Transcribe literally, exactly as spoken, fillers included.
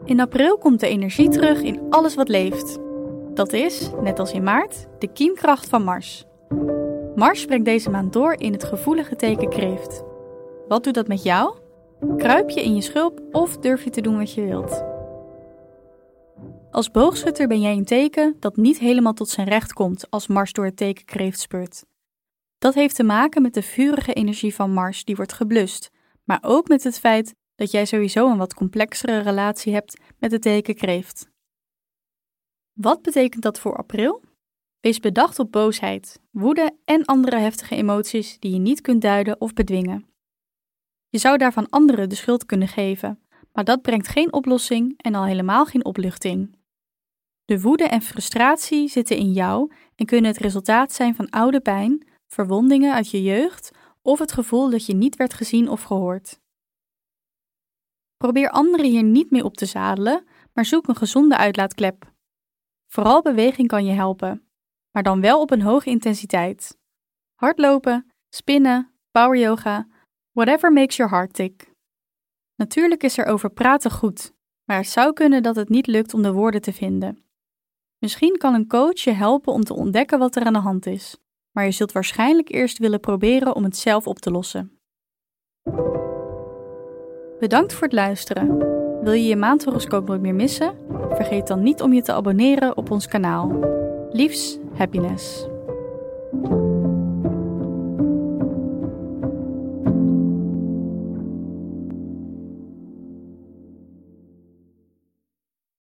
In april komt de energie terug in alles wat leeft. Dat is, net als in maart, de kiemkracht van Mars. Mars brengt deze maand door in het gevoelige teken Kreeft. Wat doet dat met jou? Kruip je in je schulp of durf je te doen wat je wilt? Als boogschutter ben jij een teken dat niet helemaal tot zijn recht komt als Mars door het teken Kreeft speurt. Dat heeft te maken met de vurige energie van Mars die wordt geblust, maar ook met het feit dat jij sowieso een wat complexere relatie hebt met het teken Kreeft. Wat betekent dat voor april? Wees bedacht op boosheid, woede en andere heftige emoties die je niet kunt duiden of bedwingen. Je zou daarvan anderen de schuld kunnen geven, maar dat brengt geen oplossing en al helemaal geen opluchting. De woede en frustratie zitten in jou en kunnen het resultaat zijn van oude pijn, verwondingen uit je jeugd of het gevoel dat je niet werd gezien of gehoord. Probeer anderen hier niet mee op te zadelen, maar zoek een gezonde uitlaatklep. Vooral beweging kan je helpen, maar dan wel op een hoge intensiteit. Hardlopen, spinnen, poweryoga, whatever makes your heart tick. Natuurlijk is er over praten goed, maar het zou kunnen dat het niet lukt om de woorden te vinden. Misschien kan een coach je helpen om te ontdekken wat er aan de hand is, maar je zult waarschijnlijk eerst willen proberen om het zelf op te lossen. Bedankt voor het luisteren. Wil je je maandhoroscoop nooit meer missen? Vergeet dan niet om je te abonneren op ons kanaal. Liefs, happiness.